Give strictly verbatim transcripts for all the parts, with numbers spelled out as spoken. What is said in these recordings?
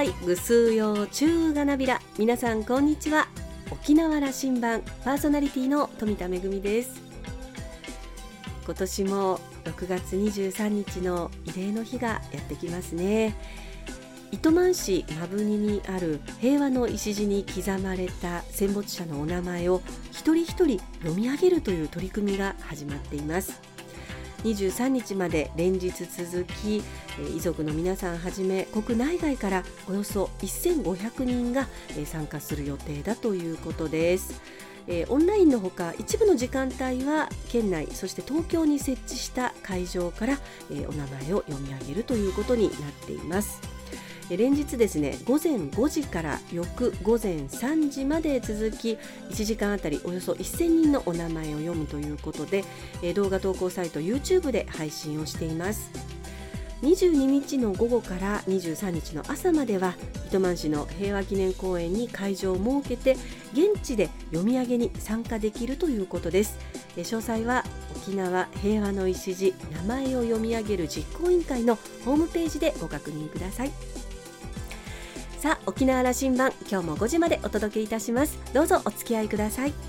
はい、ぐすうようちゅうがなびら、皆さんこんにちは。沖縄羅針盤パーソナリティの富田恵です。今年もろくがつにじゅうさんにちの慰霊の日がやってきますね。糸満市摩文仁にある平和の礎に刻まれた戦没者のお名前を一人一人読み上げるという取り組みが始まっています。にじゅうさんにちまで連日続き、遺族の皆さんはじめ国内外からおよそせんごひゃくにんが参加する予定だということです。オンラインのほか一部の時間帯は県内、そして東京に設置した会場からお名前を読み上げるということになっています。連日ですね、ごぜんごじから翌ごぜんさんじまで続き、いちじかんあたりおよそせんにんのお名前を読むということで、動画投稿サイト YouTube で配信をしています。にじゅうににちの午後からにじゅうさんにちの朝までは糸満市の平和記念公園に会場を設けて、現地で読み上げに参加できるということです。詳細は沖縄平和の礎名前を読み上げる実行委員会のホームページでご確認ください。さあ、沖縄羅針盤、今日もごじまでお届けいたします。どうぞお付き合いください。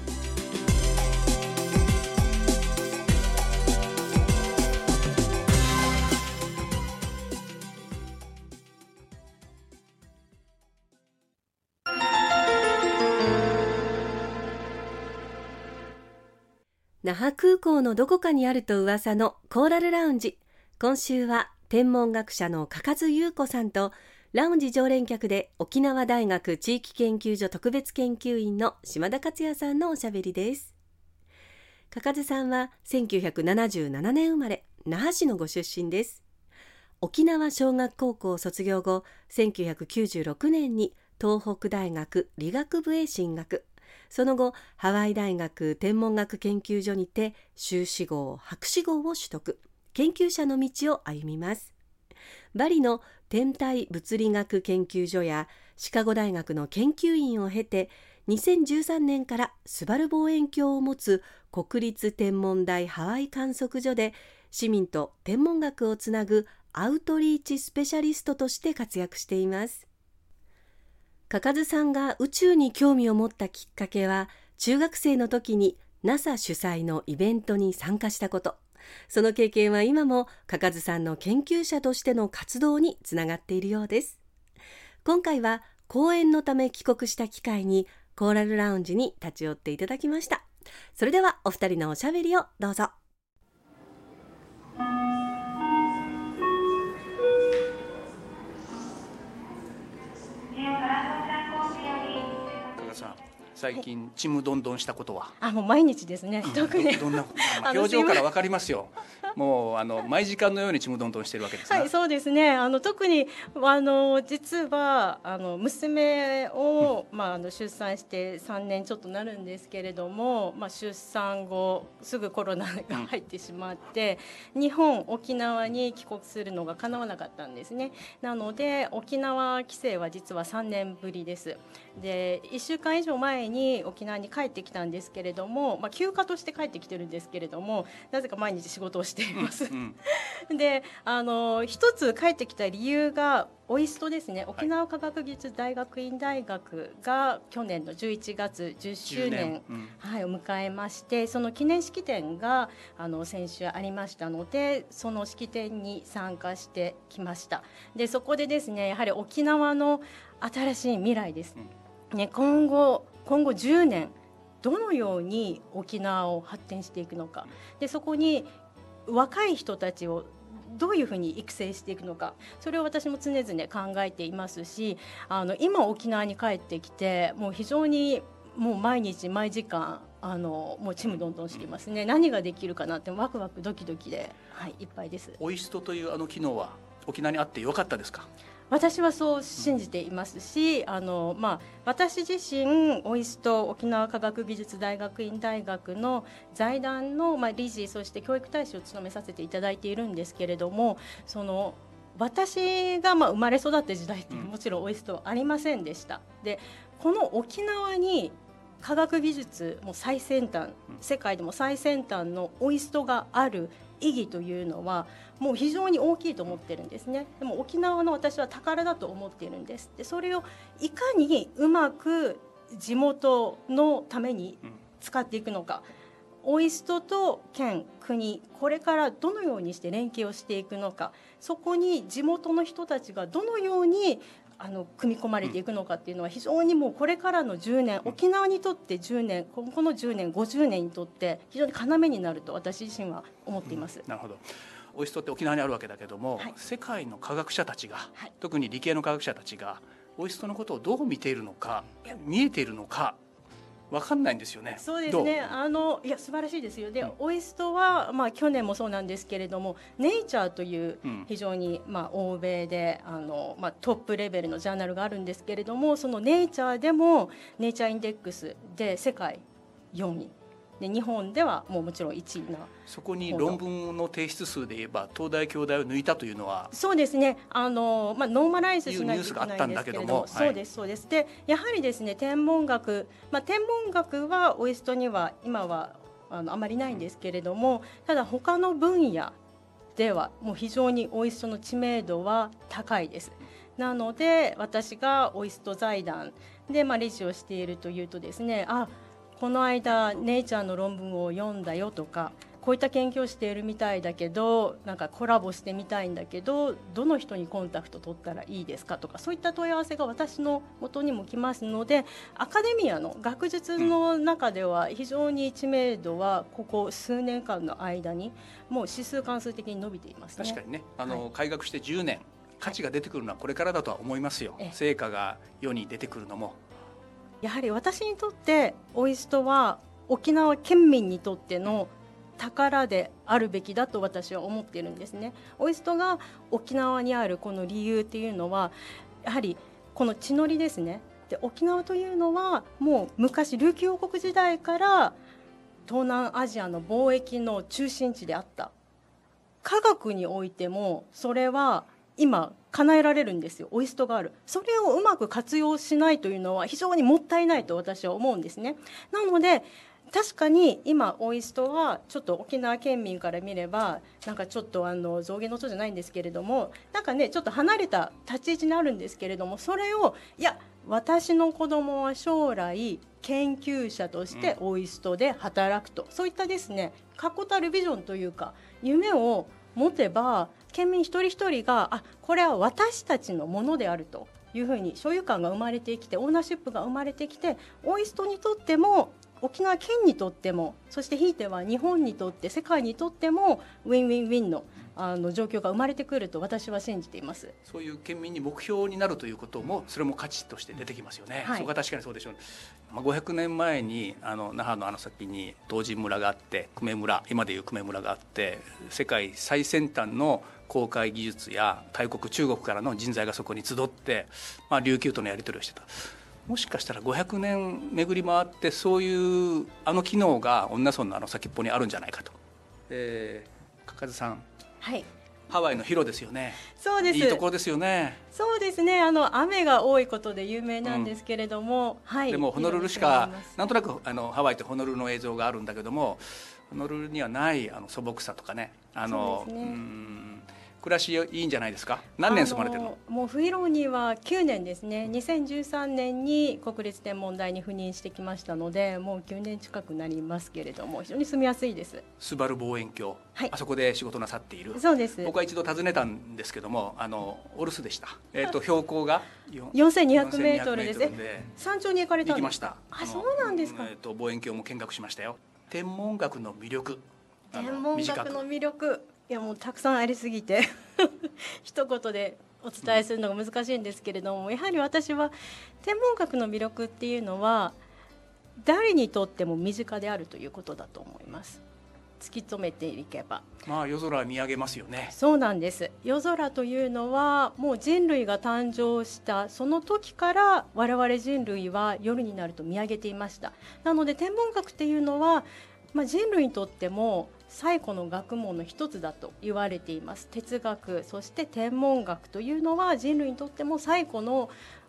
那覇空港のどこかにあると噂のコーラルラウンジ。今週は天文学者の嘉数優子さんとラウンジ常連客で沖縄大学地域研究所特別研究員の島田克也さんのおしゃべりです。嘉数さんはせんきゅうひゃくななじゅうななねん生まれ、那覇市のご出身です。沖縄尚学高校卒業後、せんきゅうひゃくきゅうじゅうろくねんに東北大学理学部へ進学。その後、ハワイ大学天文学研究所にて修士号、博士号を取得、研究者の道を歩みます。バリの天体物理学研究所やシカゴ大学の研究員を経て、にせんじゅうさんねんからスバル望遠鏡を持つ国立天文台ハワイ観測所で市民と天文学をつなぐアウトリーチスペシャリストとして活躍しています。嘉数さんが宇宙に興味を持ったきっかけは、中学生の時に ナサ 主催のイベントに参加したこと。その経験は今も嘉数さんの研究者としての活動につながっているようです。今回は講演のため帰国した機会にコーラルラウンジに立ち寄っていただきました。それではお二人のおしゃべりをどうぞ。 最近ちむどんどんしたことは？ あ、もう毎日ですね。特にどんな表情から分かりますよ。もうあの毎時間のようにちむどんどんしてるわけですね。 はい、そうですね。あの特にあの実はあの娘を、うん、まああの出産してさんねんちょっとなるんですけれども、まあ出産後すぐコロナが入ってしまって、うん、日本沖縄に帰国するのが叶わなかったんですね。なので沖縄帰省は実はさんねんぶりです。で、いっしゅうかん以上前に沖縄に帰ってきたんですけれども、まあ、休暇として帰ってきてるんですけれども、なぜか毎日仕事をしています、うんうん、で、あの一つ帰ってきた理由がオイストですね。沖縄科学技術大学院大学が去年のじゅういちがつじゅっしゅうねん、うん、はい、を迎えまして、その記念式典があの先週ありましたので、その式典に参加してきました。で、そこでですね、やはり沖縄の新しい未来です、うんね、今後今後じゅうねんどのように沖縄を発展していくのか、でそこに若い人たちをどういうふうに育成していくのか、それを私も常々考えていますし、あの今沖縄に帰ってきてもう非常にもう毎日毎時間あのもうちむどんどんしていますね。何ができるかなってワクワクドキドキで、はい、いっぱいです。 オイストというあの機能は沖縄にあってよかったですか？ 私はそう信じていますし、あの、まあ、私自身オイスト沖縄科学技術大学院大学の財団の、まあ、理事、そして教育大使を務めさせていただいているんですけれども、その私がまあ生まれ育った時代ってもちろんオイストはありませんでした。で、この沖縄に科学技術も最先端、世界でも最先端のオイストがある意義というのはもう非常に大きいと思ってるんですね。でも沖縄の私は宝だと思っているんです。でそれをいかにうまく地元のために使っていくのか、オイストと県国これからどのようにして連携をしていくのか、そこに地元の人たちがどのようにあの組み込まれていくのかっていうのは非常にもうこれからのじゅうねん、沖縄にとってじゅうねん、今後のじゅうねんごじゅうねんにとって非常に要になると私自身は思っています、 うん、なるほど。オイストって沖縄にあるわけだけども、はい、世界の科学者たちが、はい、特に理系の科学者たちがオイストのことをどう見ているのか、見えているのか分かんないんですよね。 そうですね。あのいや素晴らしいですよ。で、うん、オイストは、まあ、去年もそうなんですけれども、ネイチャーという非常に、うん、まあ、欧米であの、まあ、トップレベルのジャーナルがあるんですけれども、そのネイチャーでもネイチャーインデックスで世界よんいで、日本ではもうもちろんいちいな。 そこに論文の提出数で言えば東大京大を抜いたというのは、 そうですね。あの、まあ、ノーマライズしないといけないんですけれども、そうですそうです。でやはりですね、天文学、まあ、天文学はオイストには今はあのあまりないんですけれども、ただ他の分野ではもう非常にオイストの知名度は高いです。なので私がオイスト財団で、まあ、理事をしているというとですね、あ、この間ネイチャーの論文を読んだよとか、こういった研究をしているみたいだけど、なんかコラボしてみたいんだけど、どの人にコンタクト取ったらいいですかとか、そういった問い合わせが私の元にも来ますので、アカデミアの学術の中では非常に知名度はここ数年間の間にもう指数関数的に伸びていますね。 確かにね、あの、はい、開学してじゅうねん、価値が出てくるのはこれからだとは思いますよ。成果が世に出てくるのも。 やはり私にとってオイストは沖縄県民にとっての宝であるべきだと私は思っているんですね。オイストが沖縄にあるこの理由っていうのはやはりこの地の利ですね。で沖縄というのはもう昔琉球王国時代から東南アジアの貿易の中心地であった。科学においてもそれは今叶えられるんですよ。オイストがある。それをうまく活用しないというのは非常にもったいないと私は思うんですね。なので確かに今オイストはちょっと沖縄県民から見ればなんかちょっとあの象牙の塔じゃないんですけれども、なんかねちょっと離れた立ち位置にあるんですけれども、それをいや私の子供は将来研究者としてオイストで働くと、うん、そういったですね確固たるビジョンというか夢を持てば県民一人一人があこれは私たちのものであるというふうに所有感が生まれてきて、オーナーシップが生まれてきて、オイストにとっても沖縄県にとっても、そしてひいては日本にとって世界にとってもウィンウィンウィンのあの状況が生まれてくると私は信じています。 そういう県民に目標になるということもそれも価値として出てきますよね、はい、そこは確かにそうでしょう、まあ、ごひゃくねんまえにあの那覇のあの先に東尋村があって久米村、今でいう久米村があって、世界最先端の航海技術や大国中国からの人材がそこに集って、まあ、琉球とのやり取りをしてた。もしかしたらごひゃくねん巡り回ってそういうあの機能が恩納村のあの先っぽにあるんじゃないかと。えー、かかずさん、 はい、 ハワイのヒロですよね。 そうです。 いいところですよね。 そうですね。あの雨が多いことで有名なんですけれども、うん、はい。 でもホノルルしかなんとなくあのハワイってホノルルの映像があるんだけども、ホノルルにはないあの素朴さとかね、あのそうですね、うん暮らしいいんじゃないですか。何年住まれてるの？ もうフイローにはきゅうねんですね。にせんじゅうさんねんに国立天文台に赴任してきましたので、もうきゅうねん近くなりますけれども、非常に住みやすいです。 スバル望遠鏡、はい、あそこで仕事なさっている。 そうです。 僕は一度訪ねたんですけども、あのお留守でした。えっ、ー、と標高がよんせんにひゃくメートルです。山頂に行かれたんですか？ 行きました。 あ、そうなんですか。 えっ、ー、と望遠鏡も見学しましたよ。天文学の魅力。 天文学の魅力。いやもうたくさんありすぎて一言でお伝えするのが難しいんですけれども、やはり私は天文学の魅力っていうのは誰にとっても身近であるということだと思います。突き止めていけば、 まあ、夜空見上げますよね。 そうなんです。夜空というのはもう人類が誕生したその時から我々人類は夜になると見上げていました。なので天文学っていうのは、まあ、人類にとっても最古の学問の一つだと言われています。哲学、そして天文学というのは人類にとっても最古の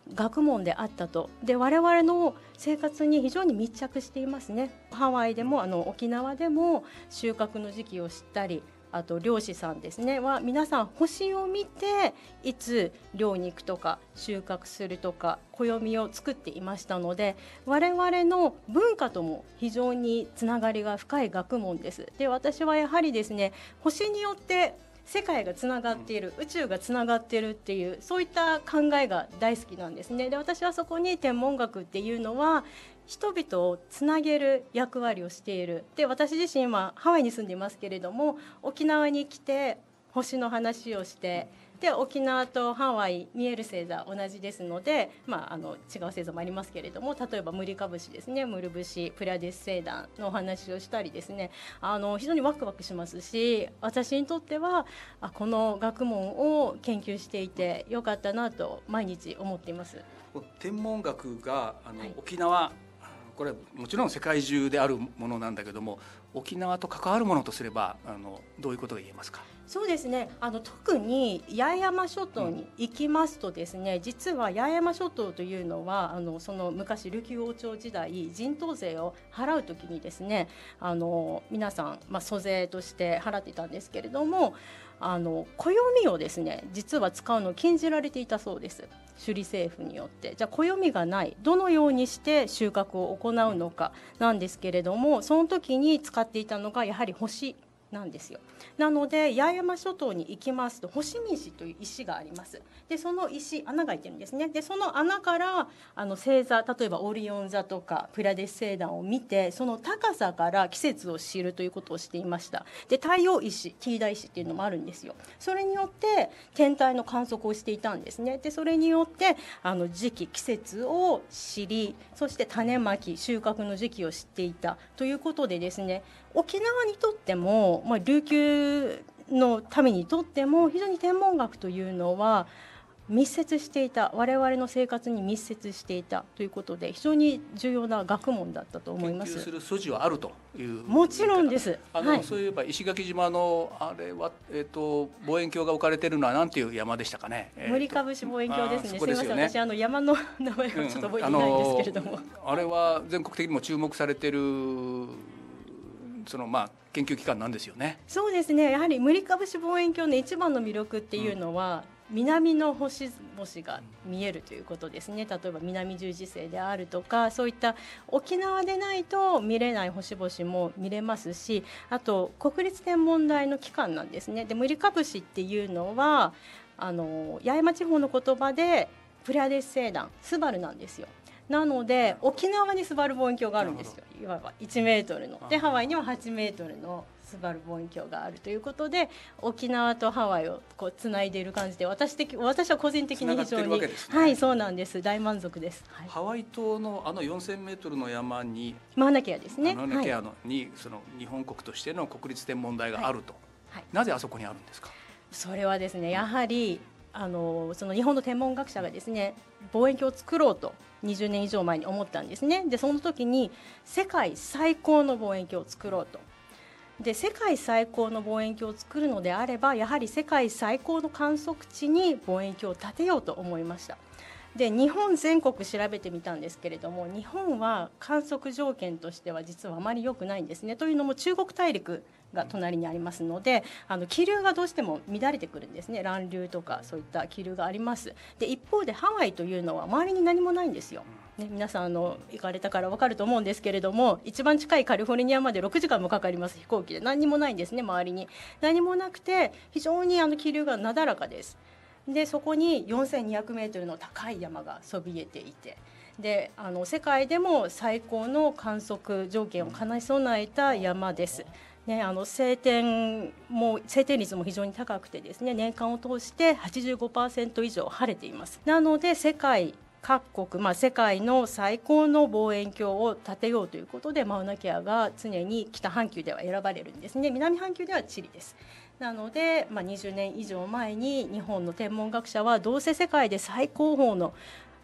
学問であったと。で我々の生活に非常に密着していますね。ハワイでもあの沖縄でも収穫の時期を知ったり、あと漁師さんですねは皆さん星を見ていつ漁に行くとか収穫するとか暦を作っていましたので、我々の文化とも非常につながりが深い学問です。で私はやはりですね、星によって世界がつながっている、宇宙がつながっているっていうそういった考えが大好きなんですね。で私はそこに天文学っていうのは人々をつなげる役割をしている。で私自身はハワイに住んでいますけれども、沖縄に来て星の話をして、で沖縄とハワイ見える星座同じですので、まあ、あの違う星座もありますけれども、例えばムリカ節ですね、ムル節、プラデス星団のお話をしたりですね、あの非常にワクワクしますし、私にとってはあこの学問を研究していてよかったなと毎日思っています。 天文学があの、 はい、 沖縄、これはもちろん世界中であるものなんだけども、沖縄と関わるものとすればあのどういうことが言えますか？ そうですね、あの特に八重山諸島に行きますとですね、うん、実は八重山諸島というのはあのその昔琉球王朝時代人頭税を払うときにですね、あの皆さん、まあ、租税として払っていたんですけれども、あの暦をですね実は使うのを禁じられていたそうです、首里政府によって。じゃあ暦がない、どのようにして収穫を行うのかなんですけれども、その時に使っていたのがやはり星なんですよ。なので八重山諸島に行きますと星見石という石があります。でその石穴が開いてるんですね。でその穴からあの星座、例えばオリオン座とかプラデス星団を見て、その高さから季節を知るということをしていました。で太陽石、ティーダ石っていうのもあるんですよ。それによって天体の観測をしていたんですね。でそれによってあの時期季節を知り、そして種まき収穫の時期を知っていたということでですね、沖縄にとっても、まあ、琉球の民にとっても非常に天文学というのは密接していた、我々の生活に密接していたということで非常に重要な学問だったと思います。 研究する筋はあるという。 もちろんです。 あの、 はい、 そういえば石垣島のあれは、えー、と望遠鏡が置かれているのは何ていう山でしたかね？ ムリカ節望遠鏡ですね。 すみません、私あの山の名前をちょっと覚えていないんですけれども、うん、 あ, あれは全国的にも注目されているそのまあ研究機関なんですよね。 そうですね、やはりムリカ節望遠鏡の一番の魅力っていうのは、うん、南の星々が見えるということですね。例えば南十字星であるとか、そういった沖縄でないと見れない星々も見れますし、あと国立天文台の機関なんですね。でムリカ節っていうのはあの八重山地方の言葉でプラデス星団、スバルなんですよ。なので沖縄にスバル望遠鏡があるんですよ。いわばいちメートルので、ハワイにははちメートルのスバル望遠鏡があるということで、沖縄とハワイをこうつないでいる感じで、私的私は個人的に非常に、ね、はい、そうなんです。大満足です。はい、 ハワイ島のあのよんせんメートルの山にマウナケアですね。 マウナケアのに、その日本国としての国立天文台があると、はいはい、なぜあそこにあるんですか？ それはですね、やはりあのその日本の天文学者がですね望遠鏡を作ろうとにじゅうねん以上前に思ったんですね。でその時に世界最高の望遠鏡を作ろうと。で世界最高の望遠鏡を作るのであれば、やはり世界最高の観測地に望遠鏡を立てようと思いました。で日本全国調べてみたんですけれども、日本は観測条件としては実はあまり良くないんですね。というのも中国大陸が隣にありますので、あの気流がどうしても乱れてくるんですね。乱流とかそういった気流があります。で一方でハワイというのは周りに何もないんですよ、ね、皆さんあの行かれたから分かると思うんですけれども、一番近いカリフォルニアまでろくじかんもかかります。飛行機で何もないんですね。周りに何もなくて非常にあの気流がなだらかです。でそこによんせんにひゃくメートルの高い山がそびえていて、であの世界でも最高の観測条件を兼ね備えた山です。ね、あの晴天も晴天率も非常に高くてですね、年間を通して はちじゅうごパーセント 以上晴れています。なので世界各国、まあ、世界の最高の望遠鏡を立てようということで、マウナケアが常に北半球では選ばれるんですね。南半球ではチリです。なので、まあ、にじゅうねん以上前に日本の天文学者はどうせ世界で最高峰の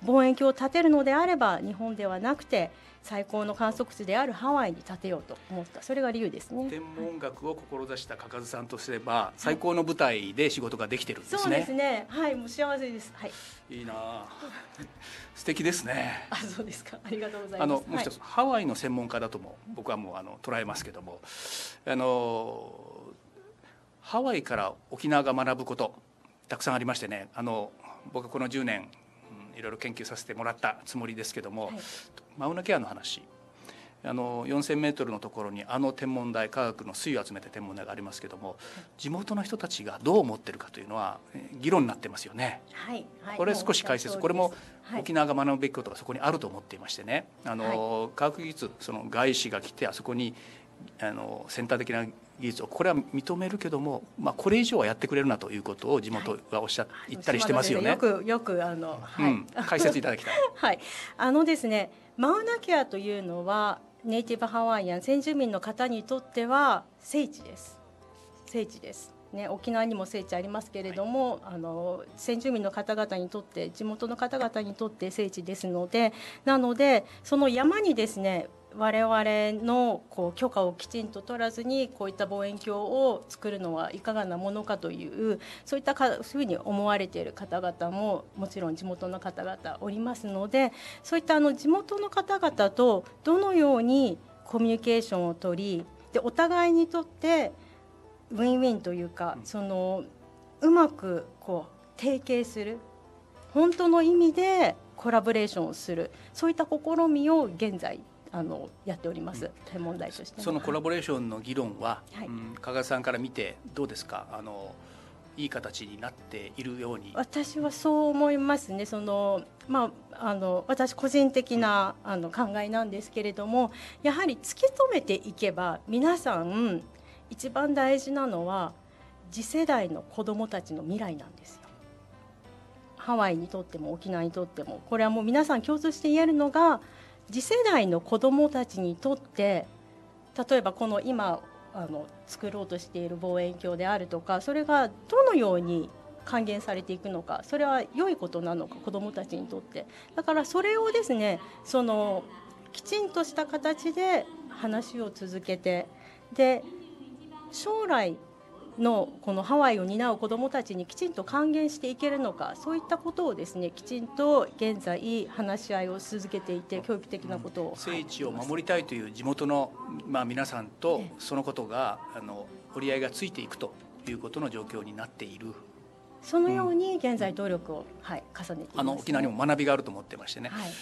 望遠鏡を立てるのであれば日本ではなくて最高の観測地であるハワイに建てようと思った、それが理由ですね。 天文学を志した嘉数さんとすれば、はい、最高の舞台で仕事ができてるんですね。 そうですね、はい、もう幸せです、はい、いいな素敵ですね。 あ、そうですか、ありがとうございます。 あのもう一つ、はい、ハワイの専門家だとも僕はもうあの捉えますけども、あのハワイから沖縄が学ぶことたくさんありましてね、あの僕はこのじゅうねんいろいろ研究させてもらったつもりですけども、はい、マウナケアの話、あのよんせんメートルのところにあの天文台、科学の水を集めた天文台がありますけども、地元の人たちがどう思ってるかというのは議論になってますよね。 はいはい、 これ少し解説、これも沖縄が学ぶべきことがそこにあると思っていましてね、あの、はい、科学技術、その外資が来てあそこにあのセンター的な技術をこれは認めるけども、まあ、これ以上はやってくれるなということを地元がおっしゃって、はい、言ったりしてますよね。 よくよくあの、はい、うん、 解説いただきたい。 はい、あのですね、マウナケアというのはネイティブハワイアン先住民の方にとっては聖地です。聖地です。ね、沖縄にも聖地ありますけれども、はい、あの先住民の方々にとって地元の方々にとって聖地ですので、なのでその山にですね我々のこう許可をきちんと取らずにこういった望遠鏡を作るのはいかがなものかという、そういったかふうに思われている方々ももちろん地元の方々おりますので、そういったあの地元の方々とどのようにコミュニケーションを取り、でお互いにとってウィンウィンというか、そのうまくこう提携する、本当の意味でコラボレーションをする、そういった試みを現在あのやっております、うん、天文台として。 そのコラボレーションの議論は、はい、うん、加賀さんから見てどうですか。あのいい形になっているように。 私はそう思いますね。その、まあ、あの私個人的なあの考えなんですけれども、やはり突き止めていけば皆さん一番大事なのは次世代の子どもたちの未来なんですよ。ハワイにとっても沖縄にとっても、これはもう皆さん共通して言えるのが、次世代の子どもたちにとって、例えばこの今あの作ろうとしている望遠鏡であるとか、それがどのように還元されていくのか、それは良いことなのか、子どもたちにとって。だからそれをですね、そのきちんとした形で話を続けて、で将来のこのハワイを担う子どもたちにきちんと還元していけるのか、そういったことをですねきちんと現在話し合いを続けていて、教育的なことを、 聖地を守りたいという地元の、まあ、皆さんとそのことがあの折り合いがついていくということの状況になっている。 そのように現在努力を、はい、重ねています、ね、 あの沖縄にも学びがあると思ってましてね、 はい。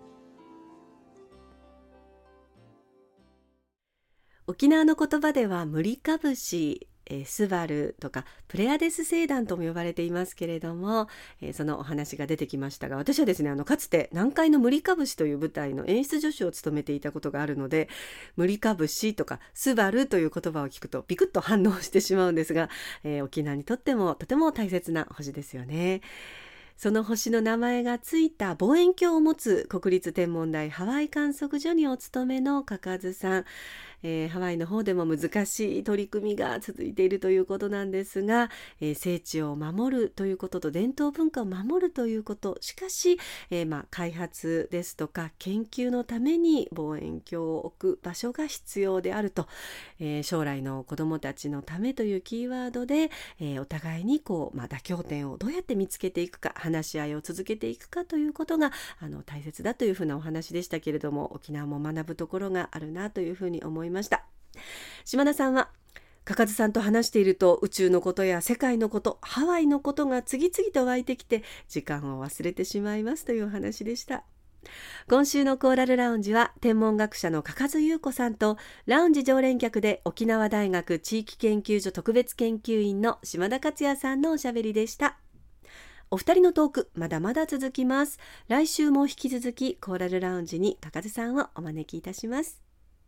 沖縄の言葉ではムリカブシ、えー、スバルとかプレアデス星団とも呼ばれていますけれども、えー、そのお話が出てきましたが、私はですね、あのかつて南海のムリカブシという舞台の演出助手を務めていたことがあるので、ムリカブシとかスバルという言葉を聞くとビクッと反応してしまうんですが、えー、沖縄にとってもとても大切な星ですよね。その星の名前がついた望遠鏡を持つ国立天文台ハワイ観測所にお勤めの嘉数さん、えー、ハワイの方でも難しい取り組みが続いているということなんですが、えー、聖地を守るということと伝統文化を守るということ、しかし、えーまあ、開発ですとか研究のために望遠鏡を置く場所が必要であると、えー、将来の子どもたちのためというキーワードで、えー、お互いにこう、まあ、妥協点をどうやって見つけていくか、話し合いを続けていくかということがあの大切だというふうなお話でしたけれども、沖縄も学ぶところがあるなというふうに思いました。島田さんは、嘉数さんと話していると宇宙のことや世界のこと、ハワイのことが次々と湧いてきて時間を忘れてしまいますというお話でした。今週のコーラルラウンジは天文学者の嘉数裕子さんとラウンジ常連客で沖縄大学地域研究所特別研究員の島田克也さんのおしゃべりでした。お二人のトークまだまだ続きます。来週も引き続きコーラルラウンジに嘉数さんをお招きいたします。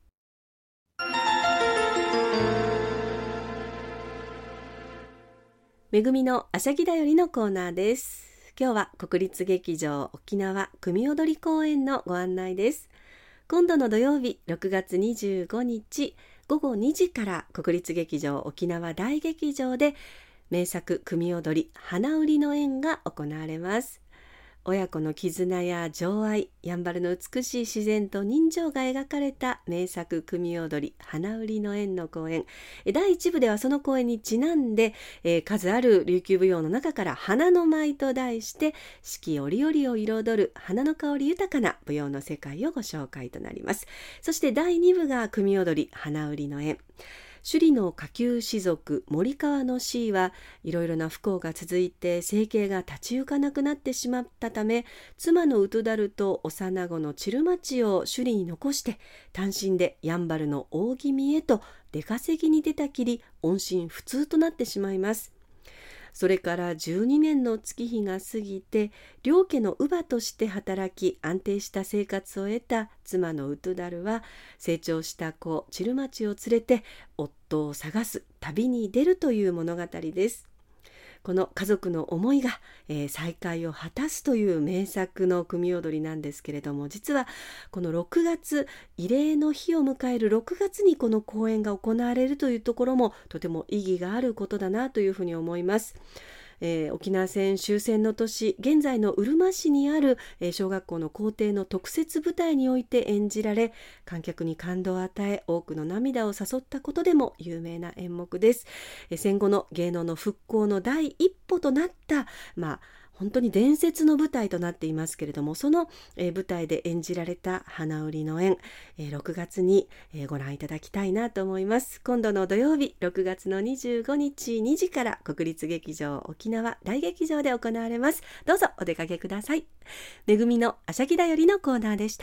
めぐみのあしゃぎだよりのコーナーです。今日は国立劇場沖縄組踊り公演のご案内です。今度の土曜日ろくがつにじゅうごにちごごにじから国立劇場沖縄大劇場で名作組踊り花売りの宴が行われます。 親子の絆や情愛、やんばるの美しい自然と人情が描かれた名作組踊り花売の縁の公演。だいいち部ではその公演にちなんで、えー、数ある琉球舞踊の中から花の舞と題して四季折々を彩る花の香り豊かな舞踊の世界をご紹介となります。そしてだいに部が組踊り花売の縁。首里の下級士族森川の氏はいろいろな不幸が続いて生計が立ち行かなくなってしまったため、妻のウトダルと幼子のチルマチを首里に残して単身でやんばるの大宜味へと出稼ぎに出たきり音信不通となってしまいます。それからじゅうにねんの月日が過ぎて、両家の乳母として働き安定した生活を得た妻のウトダルは、成長した子チルマチを連れて夫を探す旅に出るという物語です。この家族の思いが、えー、再会を果たすという名作の組踊りなんですけれども、実はこのろくがつ、慰霊の日を迎えるろくがつにこの公演が行われるというところもとても意義があることだなというふうに思います。えー、沖縄戦終戦の年、現在のうるま市にある、えー、小学校の校庭の特設舞台において演じられ、観客に感動を与え多くの涙を誘ったことでも有名な演目です。えー、戦後の芸能の復興の第一歩となった、まあ本当に伝説の舞台となっていますけれども、その、えー、舞台で演じられた花売の縁、えー、ろくがつに、えー、ご覧いただきたいなと思います。今度の土曜日ろくがつのにじゅうごにちにじから国立劇場沖縄大劇場で行われます。どうぞお出かけください。めぐみのあしゃぎだよりのコーナーでした。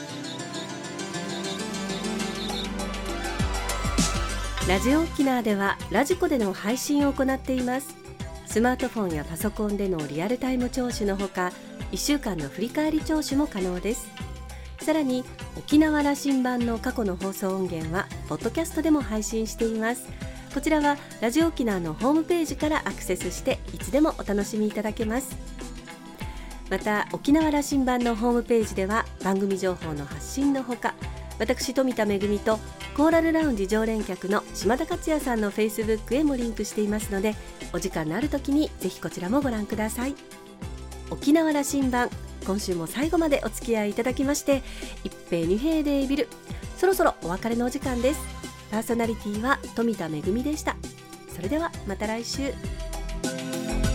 ラジオ沖縄ではラジコでの配信を行っています。スマートフォンやパソコンでのリアルタイム聴取のほか、いっしゅうかんの振り返り聴取も可能です。さらに沖縄羅針盤の過去の放送音源はポッドキャストでも配信しています。こちらはラジオ沖縄のホームページからアクセスしていつでもお楽しみいただけます。また沖縄羅針盤のホームページでは番組情報の発信のほか、私富田恵とコーラルラウンジ常連客の島田克也さんの フェイスブック へもリンクしていますので、お時間のある時にぜひこちらもご覧ください。沖縄羅針盤、今週も最後までお付き合いいただきまして一平二平デービル、そろそろお別れのお時間です。パーソナリティは富田恵でした。それではまた来週。